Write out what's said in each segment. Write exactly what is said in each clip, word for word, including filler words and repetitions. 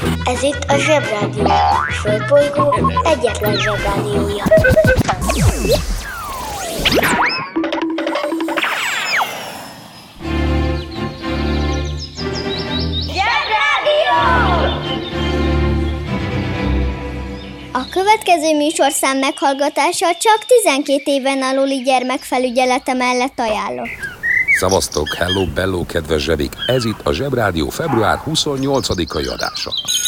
Ez itt a Zsebrádió, a Földbolygó egyetlen Zsebrádiója. Zsebrádió! A következő műsorszám meghallgatása csak tizenkét éven aluli gyermekfelügyelete mellett ajánlott. Szavaztok, hello, bello, kedves zsebik! Ez itt a Zsebrádió február huszonnyolcadikai adása.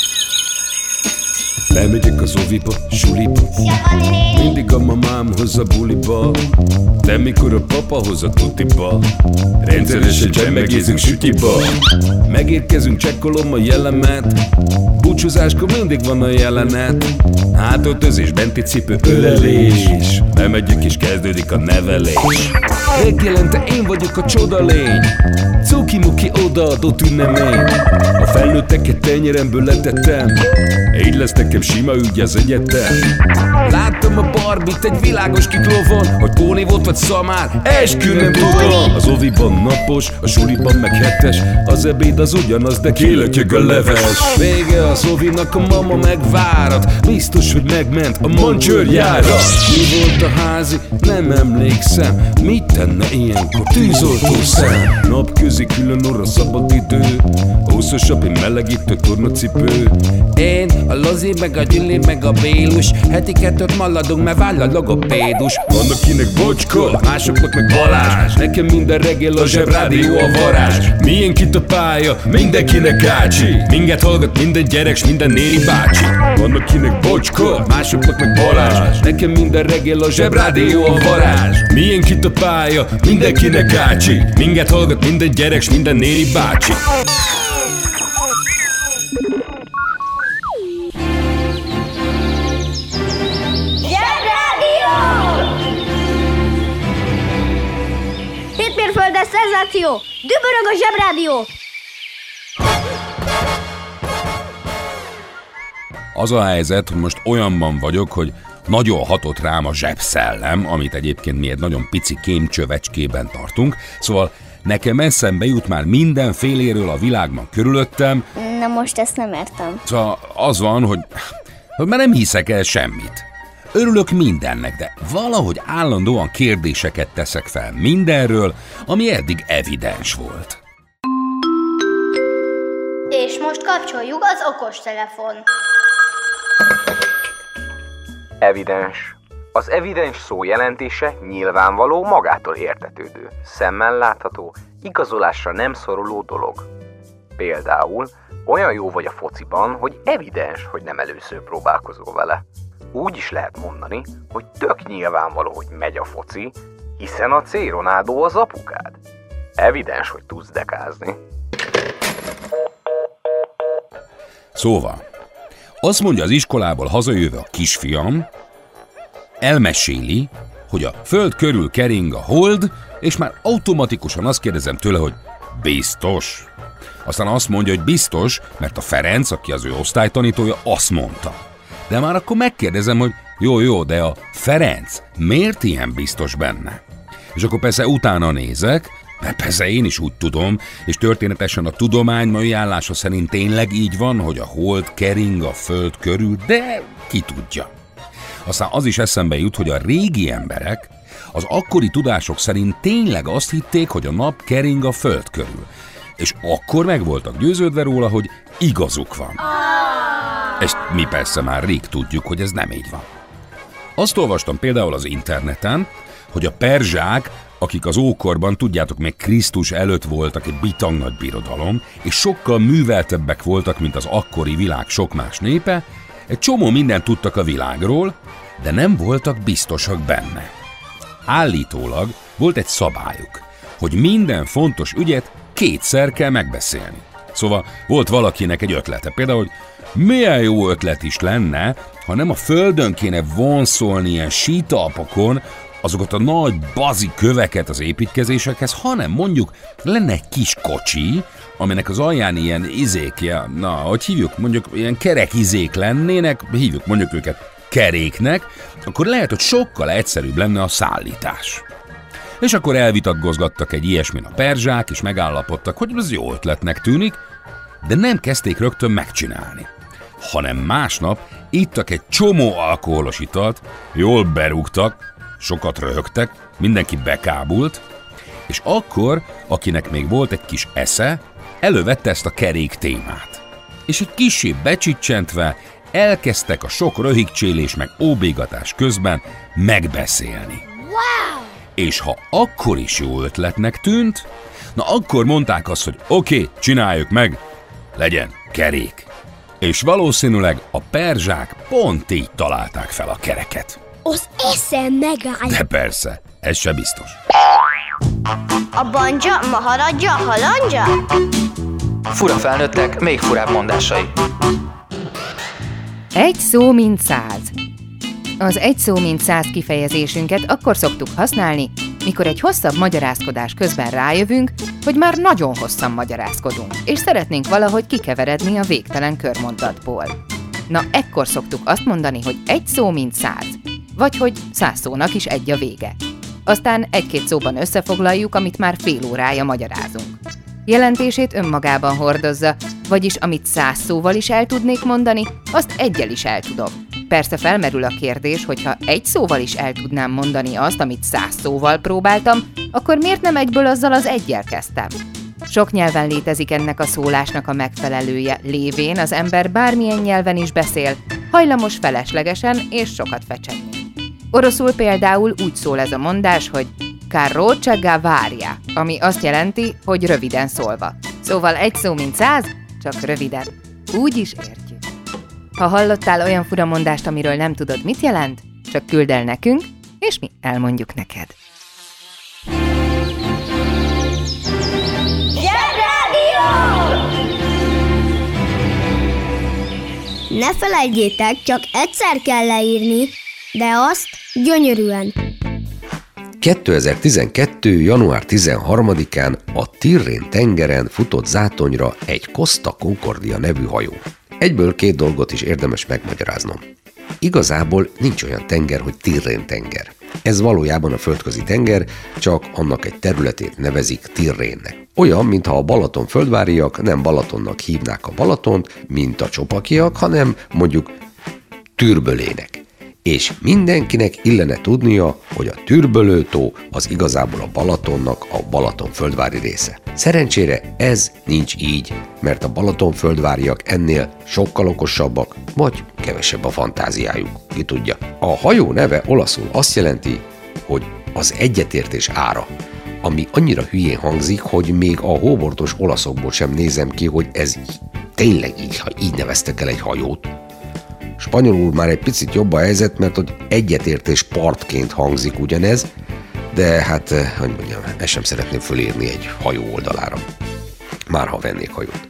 Lemegyek az oviba, suliba, mindig a mamám hoz a buliba, de mikor a papa hoz a tutiba, rendszeresen csemmegézünk sütiba. Megérkezünk, csekkolom a jellemet, búcsúzáskor mindig van a jelenet. Hátöltözés, benti cipő, ölelés, bemegyek és kezdődik a nevelés. Megjelente én vagyok a csoda lény, cuki-muki odaadott ünnemény. A felnőtteket tenyeremből letettem, így lesz nekem sima ügy az egyetem. Láttam a Barbit egy világos kiklovon, hogy Póni volt vagy szamár, eskü nem tudom. Az oviban napos, a suliban meg hetes, az ebéd az ugyanaz, de kilötyög a leves. Vége az ovinak, a mama megvárat, biztos, hogy megment a mancsőrjára. Mi volt a házi? Nem emlékszem, mit tenne ilyenkor tűzoltó szem? Napközi külön orra szabad idő, húszosabb, én melegítő tornacipő. Én, a Lozi, meg a Gyüli, meg a Bélus, heti kettőt maladunk, mert váll a logopédus. Vannak kinek Bocska, másoknak meg Balázs, nekem minden reggel a Zsebrádió a varázs. Milyen kit a pálya, mindenkinek ácsi, minket hallgat minden gyerek, s minden néri bácsi. Vannak kinek Bocska, másoknak meg Balázs, nekem minden reggel a Zsebrádió a varázs. Milyen kit a pálya, mindenkinek ácsi, minket hallgat minden gyerek, s minden néri bácsi. Hétmérföldes szenzáció! Dübörög a Zsebrádió! Az a helyzet, hogy most olyanban vagyok, hogy nagyon hatott rám a zsebszellem, amit egyébként mi egy nagyon pici kémcsövecskében tartunk, szóval nekem eszembe jut már mindenféléről a világban körülöttem. Na most ezt nem értem. Szóval az van, hogy, hogy már nem hiszek el semmit. Örülök mindennek, de valahogy állandóan kérdéseket teszek fel mindenről, ami eddig evidens volt. És most kapcsoljuk az okostelefon. Evidens. Az evidens szó jelentése nyilvánvaló, magától értetődő, szemmel látható, igazolásra nem szoruló dolog. Például olyan jó vagy a fociban, hogy evidens, hogy nem először próbálkozol vele. Úgy is lehet mondani, hogy tök nyilvánvaló, hogy megy a foci, hiszen a C. Ronaldo az apukád. Evidens, hogy tudsz dekázni. Szóval, azt mondja az iskolából hazajöve a kisfiam, elmeséli, hogy a föld körül kering a hold, és már automatikusan azt kérdezem tőle, hogy biztos? Aztán azt mondja, hogy biztos, mert a Ferenc, aki az ő osztálytanítója, azt mondta. De már akkor megkérdezem, hogy jó, jó, de a Ferenc miért ilyen biztos benne? És akkor persze utána nézek, mert persze én is úgy tudom, és történetesen a tudomány mai állása szerint tényleg így van, hogy a hold kering a föld körül, de ki tudja. Aztán az is eszembe jut, hogy a régi emberek az akkori tudások szerint tényleg azt hitték, hogy a nap kering a föld körül. És akkor meg voltak győződve róla, hogy igazuk van. Ezt mi persze már rég tudjuk, hogy ez nem így van. Azt olvastam például az interneten, hogy a perzsák, akik az ókorban, tudjátok, még Krisztus előtt voltak egy bitang nagy birodalom, és sokkal műveltebbek voltak, mint az akkori világ sok más népe, egy csomó mindent tudtak a világról, de nem voltak biztosak benne. Állítólag volt egy szabályuk, hogy minden fontos ügyet kétszer kell megbeszélni. Szóval volt valakinek egy ötlete, például, hogy milyen jó ötlet is lenne, ha nem a földön kéne vonszolni ilyen sítalpokon azokat a nagy bazi köveket az építkezésekhez, hanem mondjuk lenne egy kis kocsi, aminek az alján ilyen izék, na, hogy hívjuk, mondjuk ilyen kerek izék lennének, hívjuk mondjuk őket keréknek, akkor lehet, hogy sokkal egyszerűbb lenne a szállítás. És akkor elvitatkozgattak egy ilyesmin a perzsák, és megállapodtak, hogy ez jó ötletnek tűnik, de nem kezdték rögtön megcsinálni. hanem másnap ittak egy csomó alkoholos italt, jól berúgtak, sokat röhögtek, mindenki bekábult, és akkor, akinek még volt egy kis esze, elővette ezt a kerék témát. És egy kissé becsicsentve elkezdtek a sok röhigcsélés meg óbégatás közben megbeszélni. Wow! És ha akkor is jó ötletnek tűnt, na akkor mondták azt, hogy oké, okay, csináljuk meg, legyen kerék. És valószínűleg a perzsák pont így találták fel a kereket. Az eszem megáll. De persze, ez se biztos. A banja, maharadja, halandja? Fura felnőttek, még furább mondásai. Egy szó mint száz. Az egy szó mint száz kifejezésünket akkor szoktuk használni, mikor egy hosszabb magyarázkodás közben rájövünk, hogy már nagyon hosszan magyarázkodunk, és szeretnénk valahogy kikeveredni a végtelen körmondatból. Na, ekkor szoktuk azt mondani, hogy egy szó mint száz, vagy hogy száz szónak is egy a vége. Aztán egy-két szóban összefoglaljuk, amit már fél órája magyarázunk. Jelentését önmagában hordozza, vagyis amit száz szóval is el tudnék mondani, azt egyel is el tudom. Persze felmerül a kérdés, hogy ha egy szóval is el tudnám mondani azt, amit száz szóval próbáltam, akkor miért nem egyből azzal az egyel kezdtem? Sok nyelven létezik ennek a szólásnak a megfelelője, lévén az ember bármilyen nyelven is beszél, hajlamos feleslegesen és sokat fecsegni. Oroszul például úgy szól ez a mondás, hogy Karocsa gavárja, ami azt jelenti, hogy röviden szólva. Szóval egy szó mint száz, csak röviden. Úgy is értjük. Ha hallottál olyan furamondást, amiről nem tudod, mit jelent, csak küld el nekünk, és mi elmondjuk neked. Zsebrádió! Ne felejtjétek, csak egyszer kell leírni, de azt gyönyörűen. kétezer-tizenkettő. január tizenharmadikán a Tirrén tengeren futott zátonyra egy Costa Concordia nevű hajó. Egyből két dolgot is érdemes megmagyaráznom. Igazából nincs olyan tenger, hogy Tirrén tenger. Ez valójában a földközi tenger, csak annak egy területét nevezik Tirrénnek. Olyan, mintha a balatonföldváriak nem Balatonnak hívnák a Balatont, mint a csopakiak, hanem mondjuk Türbölének. És mindenkinek illene tudnia, hogy a Türbölő-tó az igazából a Balatonnak a Balatonföldvári része. Szerencsére ez nincs így, mert a Balatonföldváriak ennél sokkal okosabbak, vagy kevesebb a fantáziájuk, ki tudja. A hajó neve olaszul azt jelenti, hogy az egyetértés ára, ami annyira hülyén hangzik, hogy még a hóbortos olaszokból sem nézem ki, hogy ez így, tényleg így, ha így neveztek el egy hajót. Spanyolul már egy picit jobb a helyzet, mert hogy egyetértés partként hangzik ugyanez, de hát, hogy mondjam, ezt sem szeretném fölírni egy hajó oldalára. Már ha vennék hajót.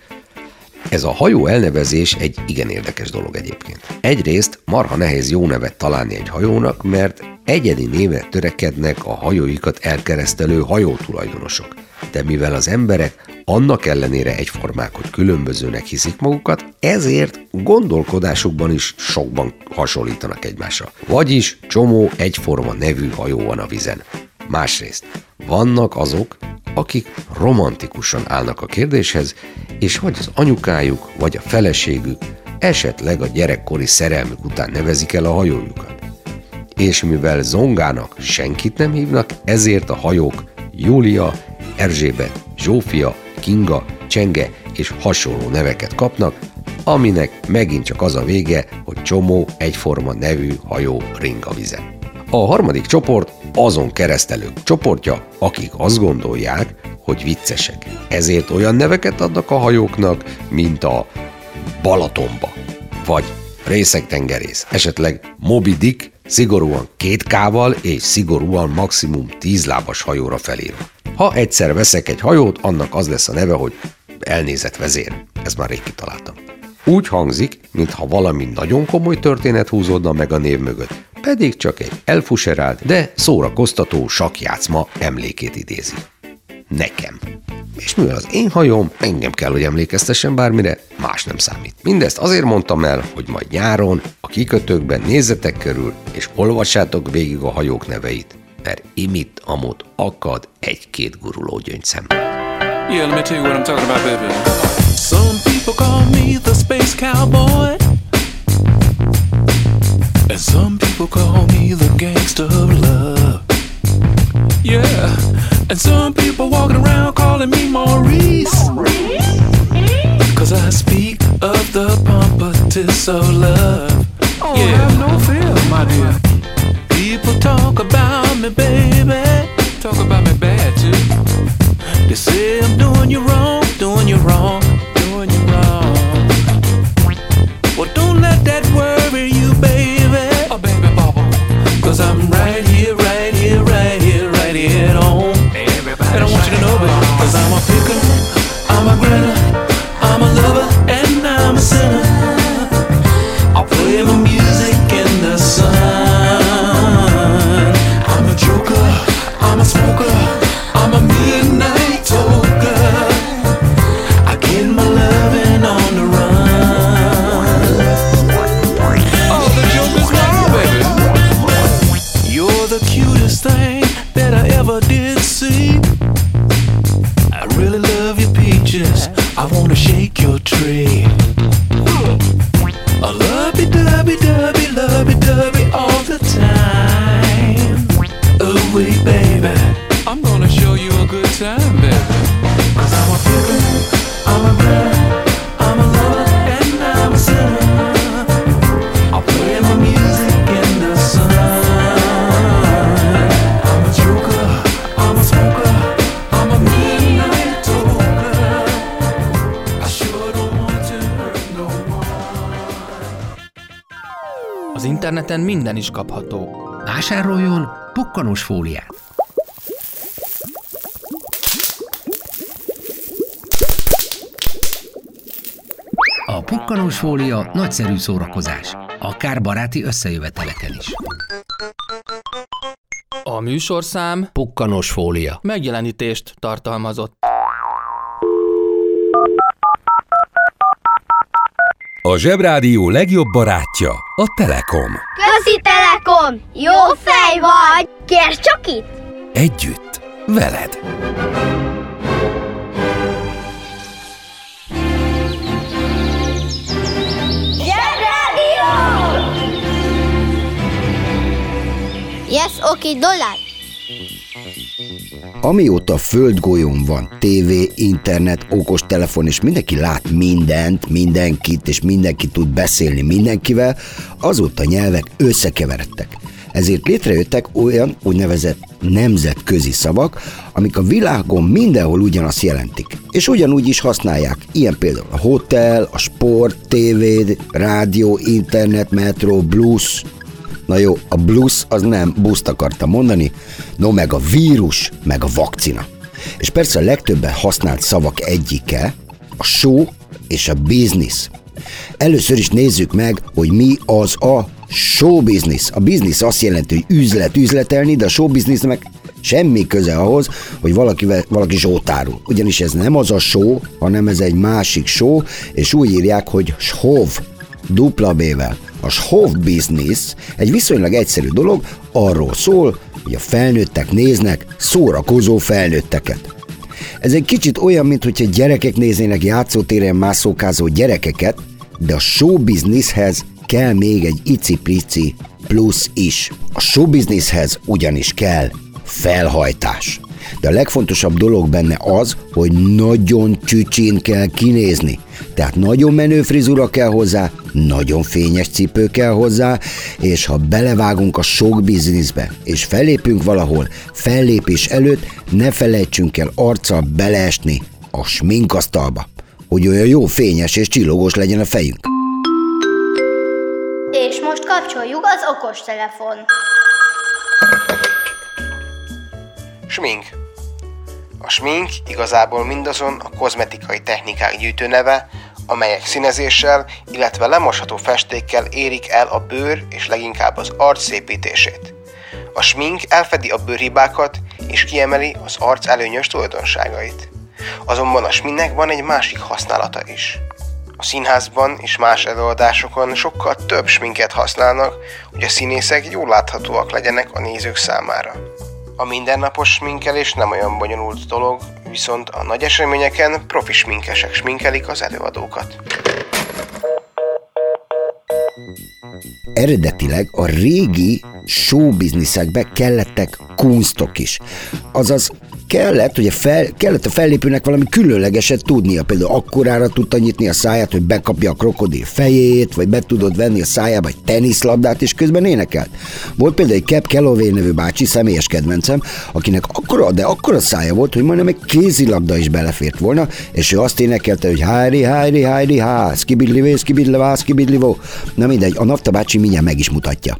Ez a hajó elnevezés egy igen érdekes dolog egyébként. Egyrészt marha nehéz jó nevet találni egy hajónak, mert egyedi névet törekednek a hajóikat elkeresztelő hajótulajdonosok. De mivel az emberek annak ellenére egyformák, hogy különbözőnek hiszik magukat, ezért gondolkodásukban is sokban hasonlítanak egymásra. Vagyis csomó egyforma nevű hajó van a vizen. Másrészt vannak azok, akik romantikusan állnak a kérdéshez, és vagy az anyukájuk, vagy a feleségük, esetleg a gyerekkori szerelmük után nevezik el a hajójukat. És mivel Zongának senkit nem hívnak, ezért a hajók Júlia, Erzsébet, Zsófia, Kinga, Csenge és hasonló neveket kapnak, aminek megint csak az a vége, hogy csomó egyforma nevű hajó ring a vizen. A harmadik csoport azon keresztelők csoportja, akik azt gondolják, hogy viccesek. Ezért olyan neveket adnak a hajóknak, mint a Balatonba, vagy Részegtengerész, esetleg Moby Dick, szigorúan két K-val és szigorúan maximum tíz lábas hajóra felírva. Ha egyszer veszek egy hajót, annak az lesz a neve, hogy elnézett vezér. Ezt már rég kitaláltam. Úgy hangzik, mintha valami nagyon komoly történet húzódna meg a név mögött, pedig csak egy elfuserált, de szórakoztató sakkjátszma emlékét idézi. Nekem. És mivel az én hajóm, engem kell, hogy emlékeztessen bármire, más nem számít. Mindezt azért mondtam el, hogy majd nyáron a kikötőkben nézzetek körül, és olvassátok végig a hajók neveit, mert imit amott akad egy-két guruló gyöngyszem. Yeah, let me tell you what I'm talking about, baby. Some people call me the space cowboy. calling me Maurice. Cause I speak of the pompatus of love. Oh, yeah. Have no fear, my dear. People talk about me, baby. Talk about me bad, too. They say I'm doing you wrong, doing you wrong, doing you wrong. Well, don't let that worry you, baby. Oh, baby, bubble. Cause I'm right here, right here, right here, right here at home. Everybody and I want you to know, baby, cause I'm a picker, I'm a grinner, I'm a lover, and I'm a sinner. I'll play my music in the sun. I'm a joker, I'm a smoker, I'm a midnight toker. I get my loving on the run. Oh, the joker's gone, baby. You're the cutest thing that I ever did see. I really love your peaches, I wanna shake your tree. A lovey-dovey-dovey, lovey-dovey all the time. Oh wait, baby, I'm gonna show you a good time, baby. Cause I'm a picker, I'm a brother, I'm a lover, and I'm a sinner. I'll play my music in the sun. I'm a joker, I'm a smoker, I'm a midnight toker. I sure don't want to hurt no one. Az interneten minden is kapható. Vásároljon pukkanós fóliát! A pukkanós fólia nagyszerű szórakozás, akár baráti összejöveteleken is. A műsorszám Pukkanós fólia megjelenítést tartalmazott. A Zsebrádió legjobb barátja a Telekom. Közi Telekom! Jó fej vagy! Kérd csak itt! Együtt, veled. Zsebrádió! Yes, oké, dollár. Amióta a földgolyón van tévé, internet, okostelefon, és mindenki lát mindent, mindenkit, és mindenki tud beszélni mindenkivel, azóta nyelvek összekeveredtek. Ezért létrejöttek olyan úgynevezett nemzetközi szavak, amik a világon mindenhol ugyanazt jelentik, és ugyanúgy is használják. Ilyen például a hotel, a sport, tévé, rádió, internet, metro, blues. Na jó, a blues az nem buszt akarta mondani, no meg a vírus, meg a vakcina. És persze a legtöbben használt szavak egyike, a show és a business. Először is nézzük meg, hogy mi az a show business. A business azt jelenti, hogy üzlet, üzletelni, de a show business meg semmi köze ahhoz, hogy valakivel, valaki sót árul. Ugyanis ez nem az a show, hanem ez egy másik show, és úgy írják, hogy shov, dupla B-vel. A show business egy viszonylag egyszerű dolog, arról szól, hogy a felnőttek néznek szórakozó felnőtteket. Ez egy kicsit olyan, mint hogyha gyerekek néznének játszótéren mászókázó gyerekeket, de a show businesshez kell még egy icipici plusz is. A show businesshez ugyanis kell felhajtás. De a legfontosabb dolog benne az, hogy nagyon csücsin kell kinézni. Tehát nagyon menő frizura kell hozzá, nagyon fényes cipő kell hozzá, és ha belevágunk a show businessbe, és fellépünk valahol, fellépés előtt ne felejtsünk el arccal beleesni a sminkasztalba, hogy olyan jó fényes és csillogós legyen a fejünk. És most kapcsoljuk az okostelefon. Smink. A smink igazából mindazon a kozmetikai technikák gyűjtőneve, amelyek színezéssel, illetve lemosható festékkel érik el a bőr és leginkább az arc szépítését. A smink elfedi a bőrhibákat és kiemeli az arc előnyös tulajdonságait. Azonban a sminknek van egy másik használata is. A színházban és más előadásokon sokkal több sminket használnak, hogy a színészek jól láthatóak legyenek a nézők számára. A mindennapos sminkelés nem olyan bonyolult dolog, viszont a nagy eseményeken profi sminkesek sminkelik az előadókat. Eredetileg a régi show businessekbe kellettek kunstok is, azaz kellett, ugye fel, kellett a fellépőnek valami különlegeset tudnia. Például akkorára tudta nyitni a száját, hogy bekapja a krokodil fejét, vagy be tudod venni a szájába egy teniszlabdát, és közben énekelt. Volt például egy Cap Calloway nevű bácsi, személyes kedvencem, akinek akkora, de akkora szája volt, hogy majdnem egy kézilabda is belefért volna, és ő azt énekelte, hogy hári, hári, hári, há, skibidlivé, skibidlevá, skibidlivó. Na mindegy, a Nafta bácsi mindjárt meg is mutatja.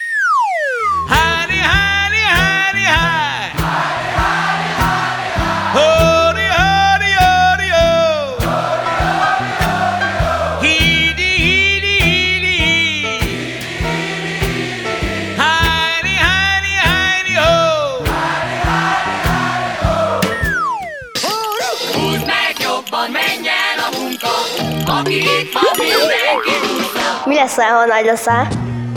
Mi lesz, ha nagy leszel?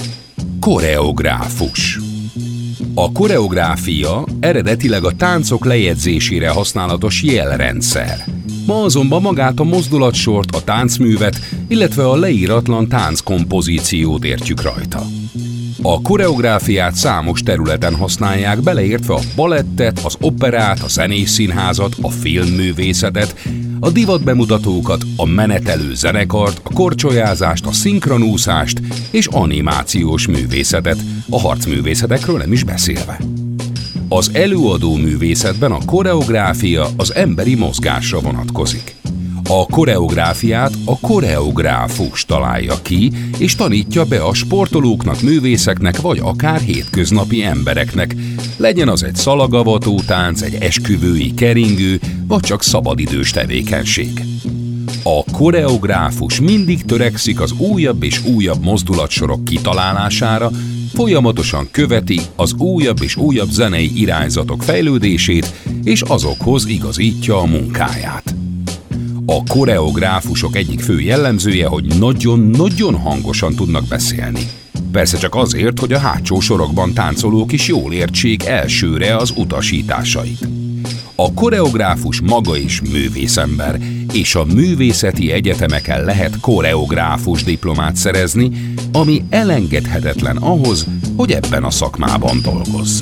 Koreográfus. A koreográfia eredetileg a táncok lejegyzésére használatos jelrendszer. Ma azonban magát a mozdulatsort, a táncművet, illetve a leíratlan tánckompozíciót értjük rajta. A koreográfiát számos területen használják, beleértve a balettet, az operát, a zenészszínházat, a filmművészetet, a divatbemutatókat, a menetelő zenekart, a korcsolyázást, a szinkronúszást és animációs művészetet, a harcművészetekről nem is beszélve. Az előadó művészetben a koreográfia az emberi mozgásra vonatkozik. A koreográfiát a koreográfus találja ki, és tanítja be a sportolóknak, művészeknek, vagy akár hétköznapi embereknek. Legyen az egy szalagavató tánc, egy esküvői keringő, vagy csak szabadidős tevékenység. A koreográfus mindig törekszik az újabb és újabb mozdulatsorok kitalálására, folyamatosan követi az újabb és újabb zenei irányzatok fejlődését, és azokhoz igazítja a munkáját. A koreográfusok egyik fő jellemzője, hogy nagyon-nagyon hangosan tudnak beszélni. Persze csak azért, hogy a hátsó sorokban táncolók is jól értsék elsőre az utasításait. A koreográfus maga is művészember, és a művészeti egyetemeken lehet koreográfus diplomát szerezni, ami elengedhetetlen ahhoz, hogy ebben a szakmában dolgozz.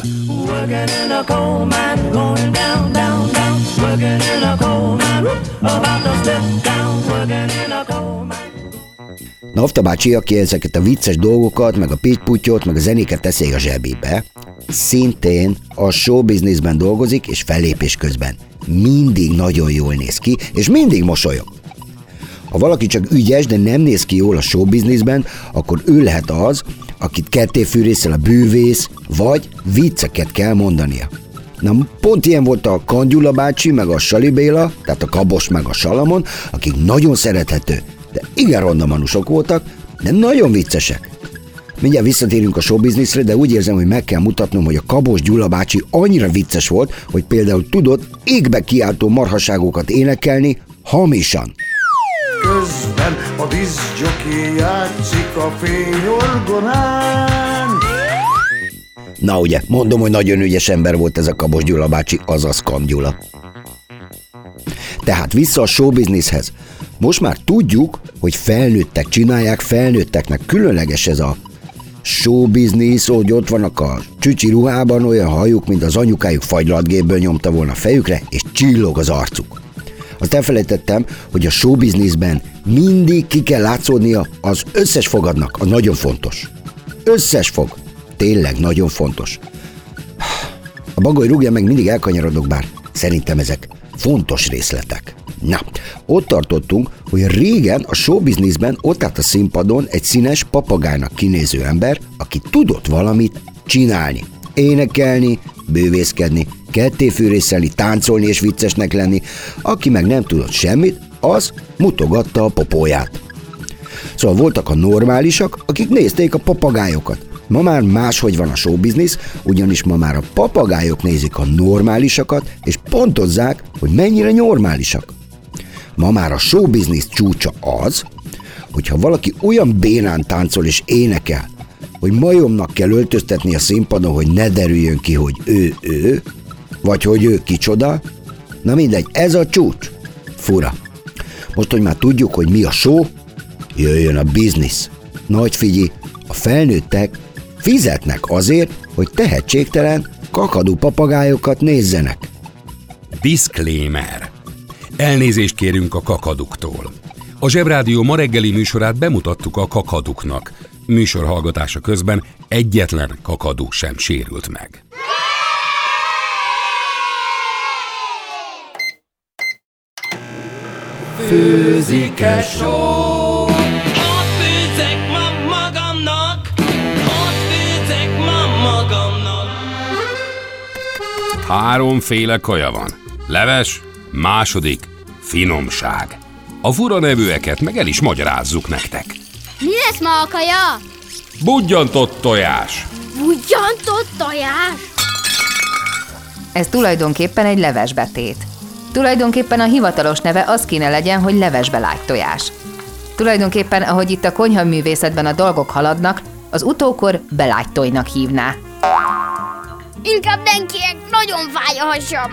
Nafta bácsi, aki ezeket a vicces dolgokat, meg a pitty-puttyot, meg a zenéket teszi a zsebébe, szintén a showbizniszben dolgozik, és fellépés közben mindig nagyon jól néz ki, és mindig mosolyog. Ha valaki csak ügyes, de nem néz ki jól a showbizniszben, akkor ő lehet az, akit kettéfűrészel a bűvész, vagy vicceket kell mondania. Na, pont ilyen volt a Kangyula bácsi, meg a Sali Béla, tehát a Kabos meg a Salamon, akik nagyon szerethető, de igen ronda manusok voltak, de nagyon viccesek. Mindjárt visszatérünk a showbizniszre, de úgy érzem, hogy meg kell mutatnom, hogy a Kabos Gyula bácsi annyira vicces volt, hogy például tudott égbe kiáltó marhaságokat énekelni hamisan. Közben a diszjockey játszik a fényorgonán. Na ugye, mondom, hogy nagyon ügyes ember volt ez a Kabos Gyula bácsi, azaz Kam Gyula. Tehát vissza a showbizniszhez. Most már tudjuk, hogy felnőttek csinálják, felnőtteknek különleges ez a showbiznisz, hogy ott vannak a csücsi ruhában olyan hajuk, mint az anyukájuk fagylatgépből nyomta volna a fejükre, és csillog az arcuk. Azt elfelejtettem, hogy a showbizniszben mindig ki kell látszódnia az összes fogadnak, a nagyon fontos. Összes fog. Tényleg nagyon fontos. A Bagoly rúgja meg, mindig elkanyarodok, bár szerintem ezek fontos részletek. Na, ott tartottunk, hogy régen a showbizniszben ott állt a színpadon egy színes papagájnak kinéző ember, aki tudott valamit csinálni. Énekelni, bővészkedni, kettéfűrészelni, táncolni és viccesnek lenni. Aki meg nem tudott semmit, az mutogatta a popóját. Szóval voltak a normálisak, akik nézték a papagájokat. Ma már máshogy van a showbiznisz, ugyanis ma már a papagájok nézik a normálisakat, és pontozzák, hogy mennyire normálisak. Ma már a showbiznisz csúcsa az, hogyha valaki olyan bénán táncol és énekel, hogy majomnak kell öltöztetni a színpadon, hogy ne derüljön ki, hogy ő ő, vagy hogy ő kicsoda, na mindegy, ez a csúcs. Fura. Most, hogy már tudjuk, hogy mi a show, jöjjön a biznisz. Nagy figyelj, a felnőttek fizetnek azért, hogy tehetségtelen, kakadú papagájokat nézzenek. Disclaimer. Elnézést kérünk a kakaduktól. A Zsebrádió ma reggeli műsorát bemutattuk a kakaduknak. Műsor hallgatása közben egyetlen kakadu sem sérült meg. Főzik-e só? Ott főzek ma magamnak, ott főzek ma magamnak. Háromféle kaja van. Leves, második, finomság. A fura nevűeket meg el is magyarázzuk nektek. Mi lesz ma a kaja? Budjantott tojás. Budjantott tojás? Ez tulajdonképpen egy levesbetét. Tulajdonképpen a hivatalos neve az kéne legyen, hogy levesbe lágy tojás. Tulajdonképpen, ahogy itt a konyhaművészetben a dolgok haladnak, az utókor belágytojnak hívná. Inkább nem kérek, nagyon fáj a hasam.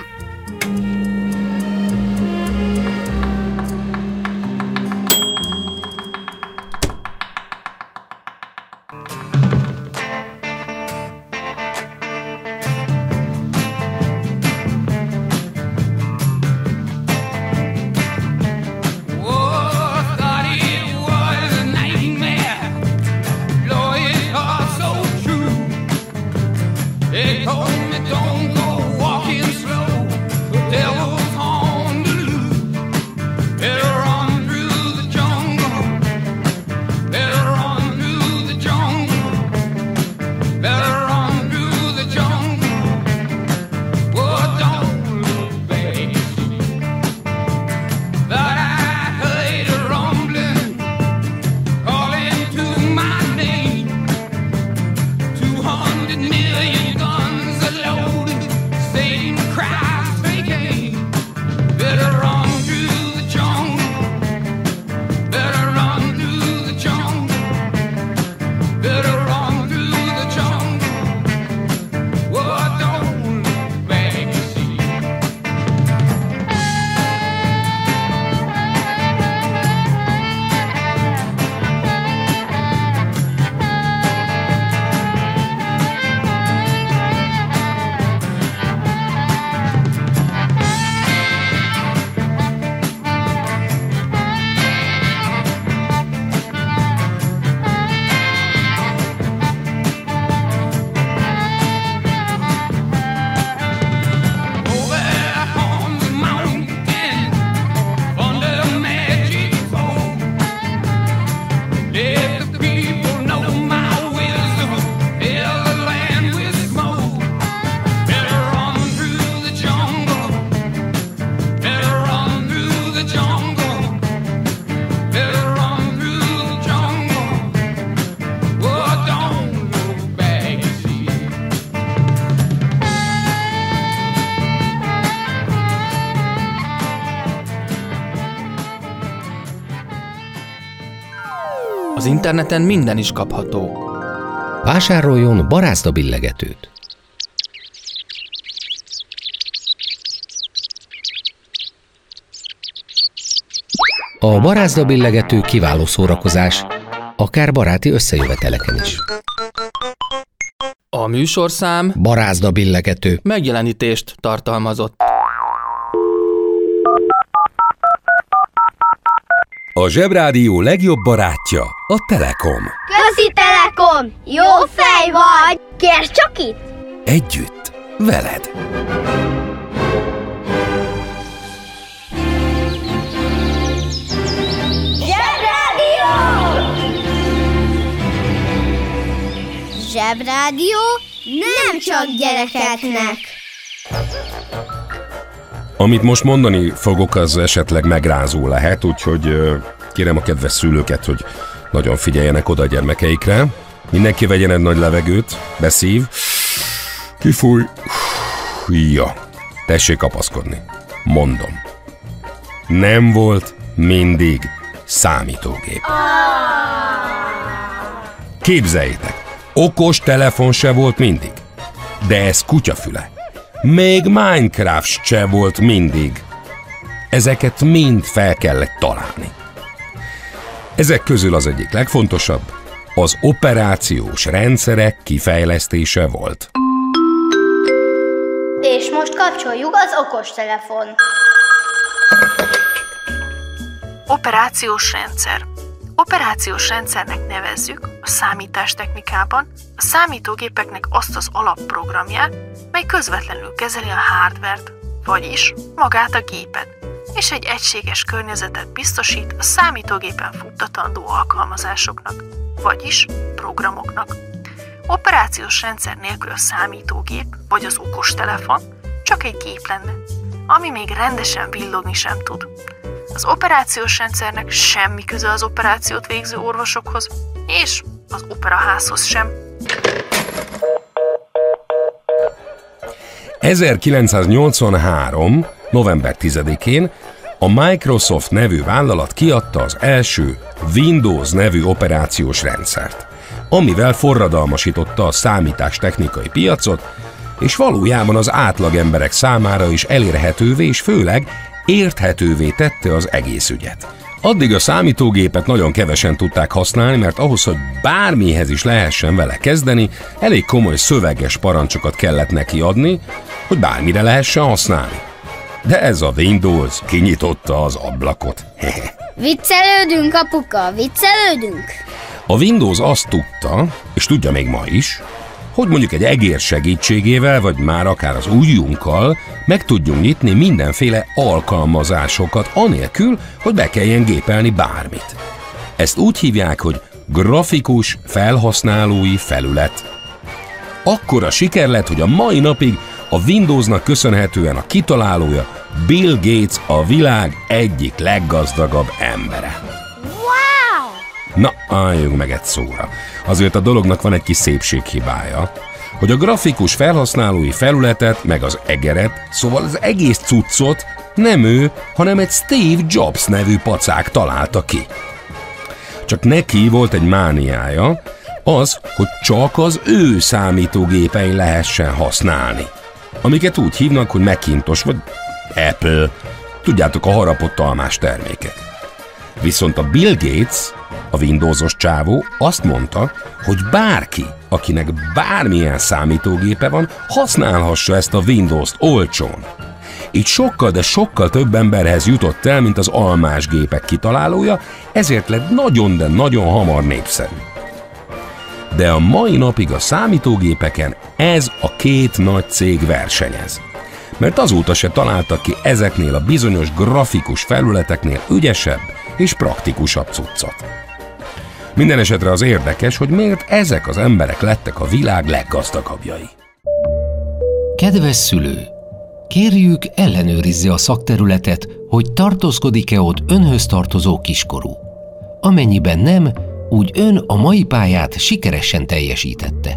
Az interneten minden is kapható. Vásároljon barázda billegetőt. A barázda billegető kiváló szórakozás, akár baráti összejöveteleken is. A műsorszám barázda billegető megjelenítést tartalmazott. A Zsebrádió legjobb barátja a Telekom. Köszi Telekom! Jó fej vagy! Kérd csak itt! Együtt, veled. Zsebrádió! Zsebrádió nem csak gyerekeknek. Amit most mondani fogok, az esetleg megrázó lehet, úgyhogy kérem a kedves szülőket, hogy nagyon figyeljenek oda a gyermekeikre. Mindenki vegyen egy nagy levegőt, beszív, kifúj, ja, tessék kapaszkodni. Mondom, nem volt mindig számítógép. Képzeljétek, okos telefon se volt mindig, de ez kutyafüle. Még Minecraft se volt mindig. Ezeket mind fel kellett találni. Ezek közül az egyik legfontosabb az operációs rendszerek kifejlesztése volt. És most kapcsoljuk az okostelefon. Operációs rendszer. Operációs rendszernek nevezzük a számítástechnikában a számítógépeknek azt az alapprogramját, mely közvetlenül kezeli a hardvert, vagyis magát a gépet, és egy egységes környezetet biztosít a számítógépen futtatandó alkalmazásoknak, vagyis programoknak. Operációs rendszer nélkül a számítógép, vagy az okostelefon csak egy gép lenne, ami még rendesen villogni sem tud. Az operációs rendszernek semmi köze az operációt végző orvosokhoz, és az operaházhoz sem. ezerkilencszáznyolcvanhárom. november tizedikén a Microsoft nevű vállalat kiadta az első Windows nevű operációs rendszert, amivel forradalmasította a számítástechnikai piacot, és valójában az átlagemberek számára is elérhetővé és főleg érthetővé tette az egész ügyet. Addig a számítógépet nagyon kevesen tudták használni, mert ahhoz, hogy bármihez is lehessen vele kezdeni, elég komoly szöveges parancsokat kellett neki adni, hogy bármire lehessen használni. De ez a Windows kinyitotta az ablakot. Viccelődünk, apuka, viccelődünk. A Windows azt tudta, és tudja még ma is, hogy mondjuk egy egér segítségével, vagy már akár az ujjunkkal meg tudjunk nyitni mindenféle alkalmazásokat, anélkül, hogy be kelljen gépelni bármit. Ezt úgy hívják, hogy grafikus felhasználói felület. Akkora siker lett, hogy a mai napig a Windowsnak köszönhetően a kitalálója Bill Gates a világ egyik leggazdagabb embere. Wow! Na, álljunk meg egy szóra. Azért a dolognak van egy kis szépséghibája, hogy a grafikus felhasználói felületet, meg az egeret, szóval az egész cuccot nem ő, hanem egy Steve Jobs nevű pacák találta ki. Csak neki volt egy mániája, az, hogy csak az ő számítógépein lehessen használni, amiket úgy hívnak, hogy Macintosh vagy Apple, tudjátok, a harapott almás termékek. Viszont a Bill Gates, a Windowsos csávó azt mondta, hogy bárki, akinek bármilyen számítógépe van, használhassa ezt a Windows-t olcsón. Így sokkal, de sokkal több emberhez jutott el, mint az almás gépek kitalálója, ezért lett nagyon, de nagyon hamar népszerű. De a mai napig a számítógépeken ez a két nagy cég versenyez. Mert azóta se találtak ki ezeknél a bizonyos grafikus felületeknél ügyesebb és praktikusabb cuccot. Minden esetre az érdekes, hogy miért ezek az emberek lettek a világ leggazdagabbjai. Kedves szülő! Kérjük, ellenőrizze a szakterületet, hogy tartózkodik-e ott önhöz tartozó kiskorú. Amennyiben nem, úgy ön a mai pályát sikeresen teljesítette.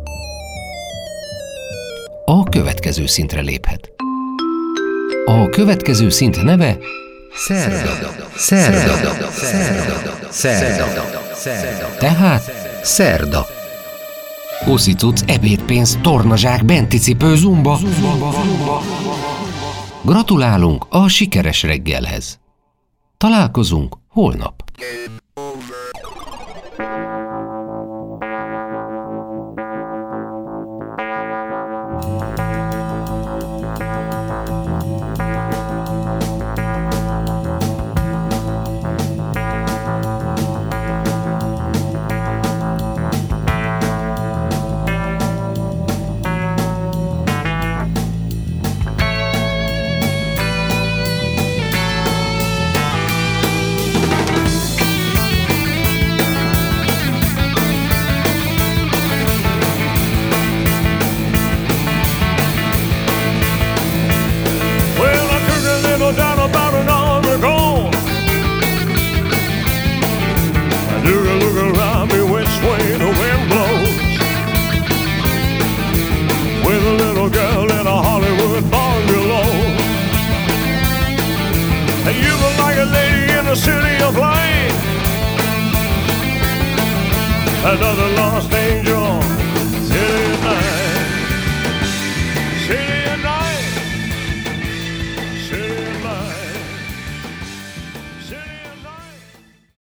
A következő szintre léphet. A következő szint neve Szerda. Szerda. Szerda. Szerda. Tehát szerda. Uszicuc, ebédpénz, tornazsák, benticipő, zumba. Gratulálunk a sikeres reggelhez. Találkozunk holnap. Another lost angel